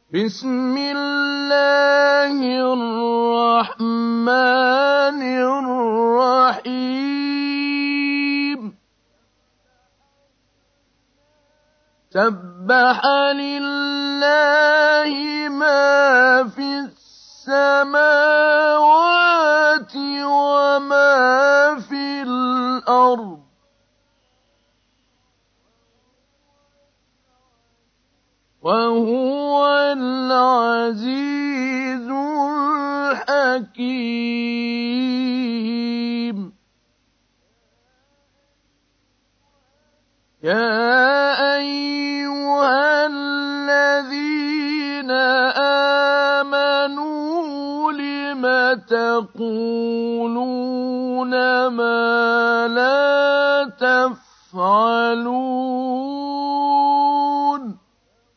بسم الله الرحمن الرحيم سبح لله ما في السماوات وما في الأرض وهو العزيز الحكيم يا أيها الذين آمنوا لم تقولون ما لا تفعلون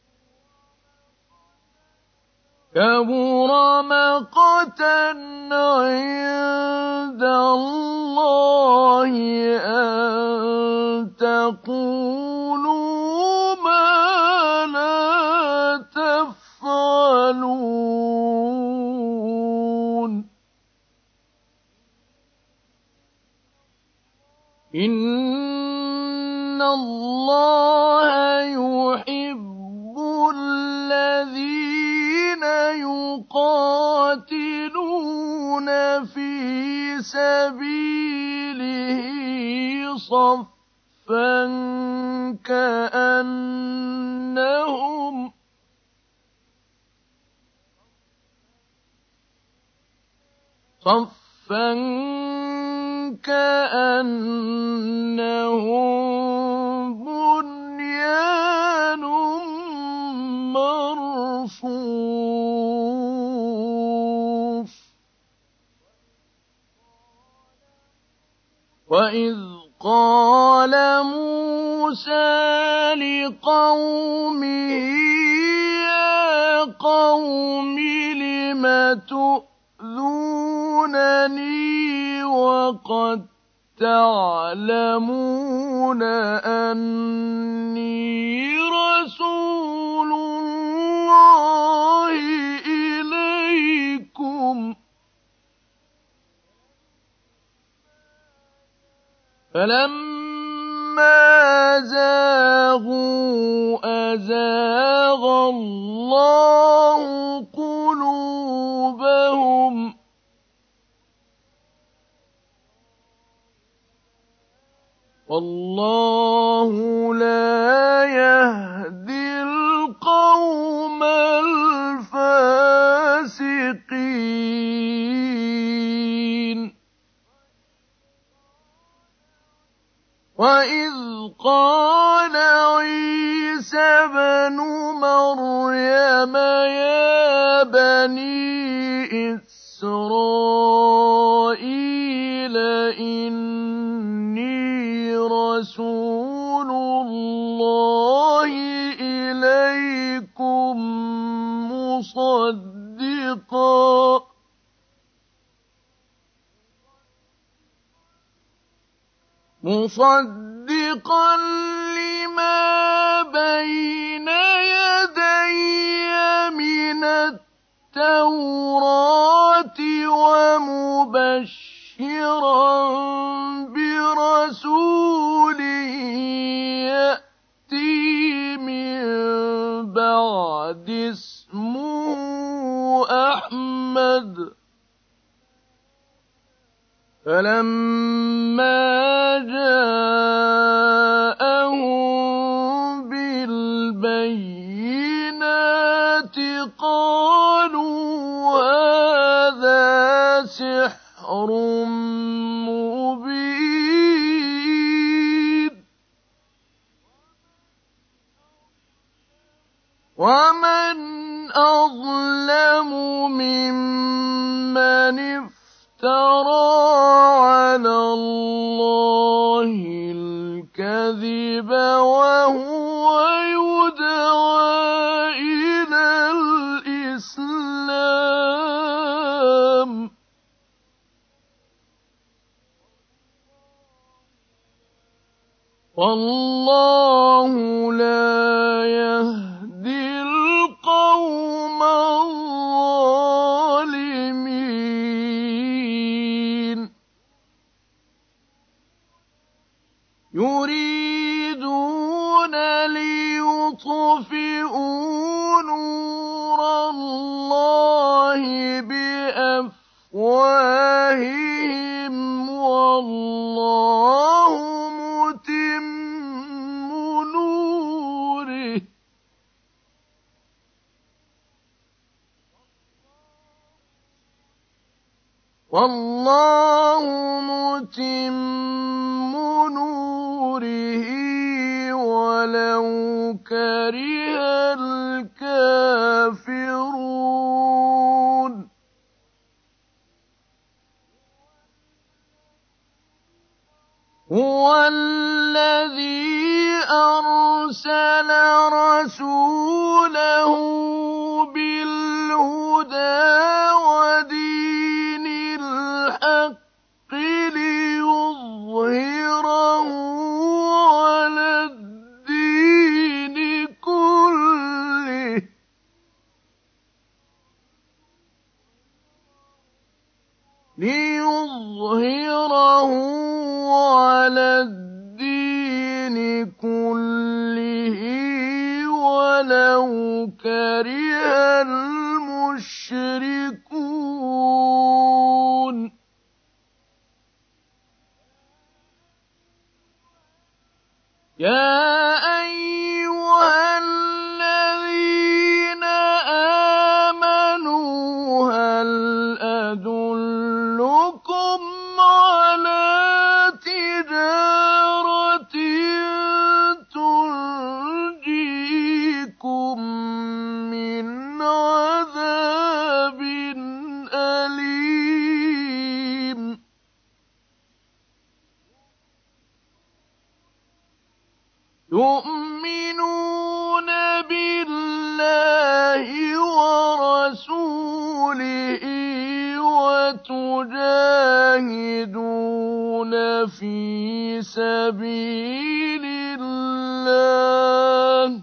كبر مقتا عند الله أن تقولوا ما لا تفعلون إن الله يحب الذين يقاتلون في سبيله صفا كأنهم بنيان مرصوص وإذ قال موسى لقومه يا قوم لم تؤذونني وقد تعلمون أني رسول الله إليكم فلما زاغوا أزاغ الله قلوبهم والله لا يهدي القوم الفاسقين وإذ قال عيسى ابن مريم يا بني إسرائيل إني رسول الله إليكم مصدقا لما بين يدي من التوراة ومبشرا برسول يأتي من بعد اسمه أحمد فلما جاءهم بالبينات قالوا هذا سحر مبين ومن أظلم ممن افترى على الله الكذب وهو يدعى إلى الإسلام والله لا يهدي القوم نُورَ اللَّهِ بِأَفْوَاهِهِمْ وَاللَّهُ مُتِمُّ نُورِهِ وَلَوْ كَرِهَ الْكَافِرُونَ هُوَ الَّذِي أَرْسَلَ رَسُولَهُ بِالْهُدَىٰ وَدِينِ الْحَقِّ لِيُظْهِرَهُ عَلَى الدِّينِ كُلِّهِ وَلَوْ كَرِهَ الْمُشْرِكُونَ يَا أَيُّهَا الَّذِينَ آمَنُوا هَلْ أَدُلُّكُمْ عَلَىٰ تِجَارَةٍ تُنجِيكُم مِّنْ عَذَابٍ أَلِيمٍ تُؤْمِنُونَ بِاللَّهِ وَرَسُولِهِ وَتُجَاهِدُونَ فِي سَبِيلِ اللَّهِ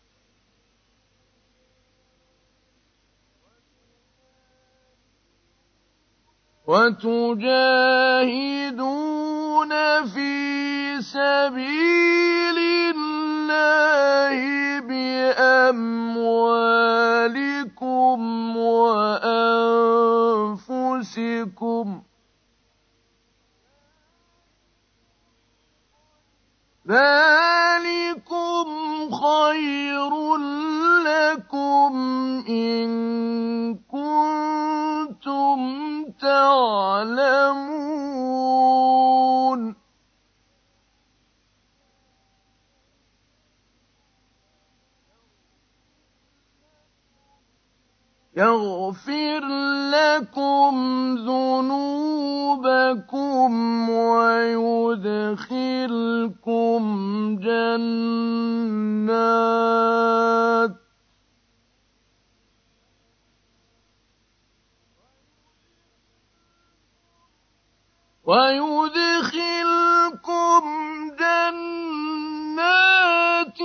بِأَمْوَالِكُمْ وَأَنفُسِكُمْ ۚ ذَٰلِكُمْ خَيْرٌ لَّكُمْ إِن كُنتُمْ تَعْلَمُونَ يَغْفِرْ لَكُمْ ذُنُوبَكُمْ وَيُدْخِلْكُمْ جَنَّاتٍ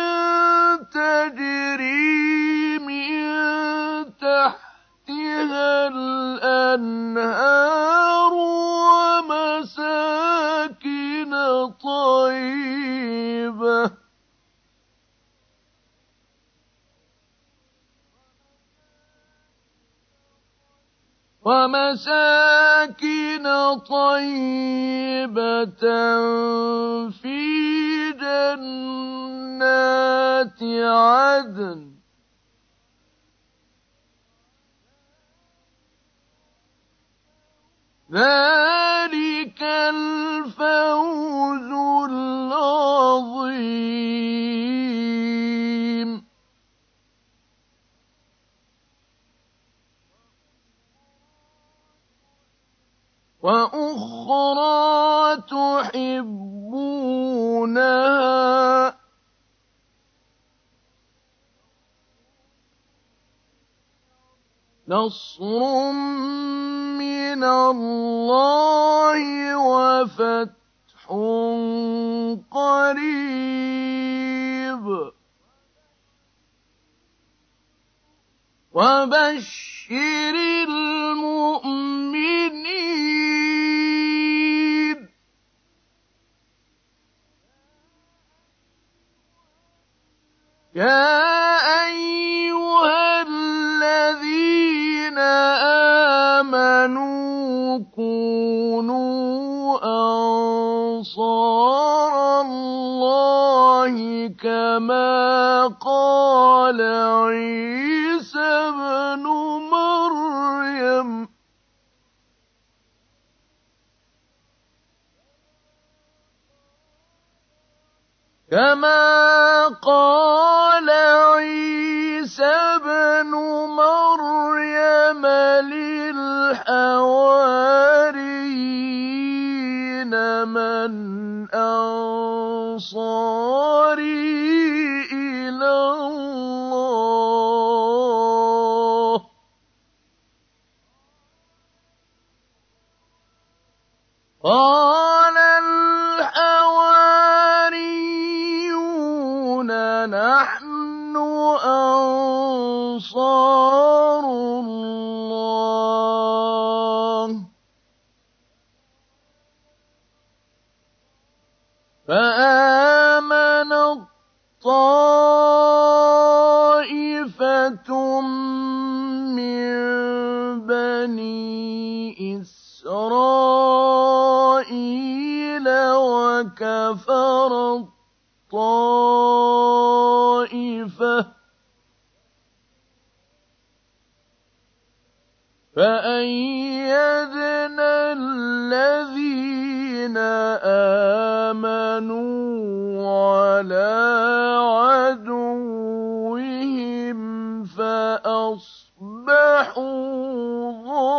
تَجْرِي مِن تَحْتِهَا الْأَنْهَارُ وَمَسَاكِنَ طَيِّبَةً فِي جَنَّاتِ عَدْنٍ ۚ ذَٰلِكَ الْفَوْزُ الْعَظِيمُ وَأُخْرَىٰ تُحِبُّونَهَا ۖ نَصْرٌ مِّنَ اللَّهِ وَفَتْحٌ قَرِيبٌ ۗ وَبَشِّرِ الْمُؤْمِنِينَ يَا كما قال عيسى ابن مريم للحواريين من أنصاري إلى الله قال الحواريون نحن أنصار الله فآمنت طائفة من بني إسرائيل وكفرت طائفة فأيدنا الذين آمنوا على عدوهم فأصبحوا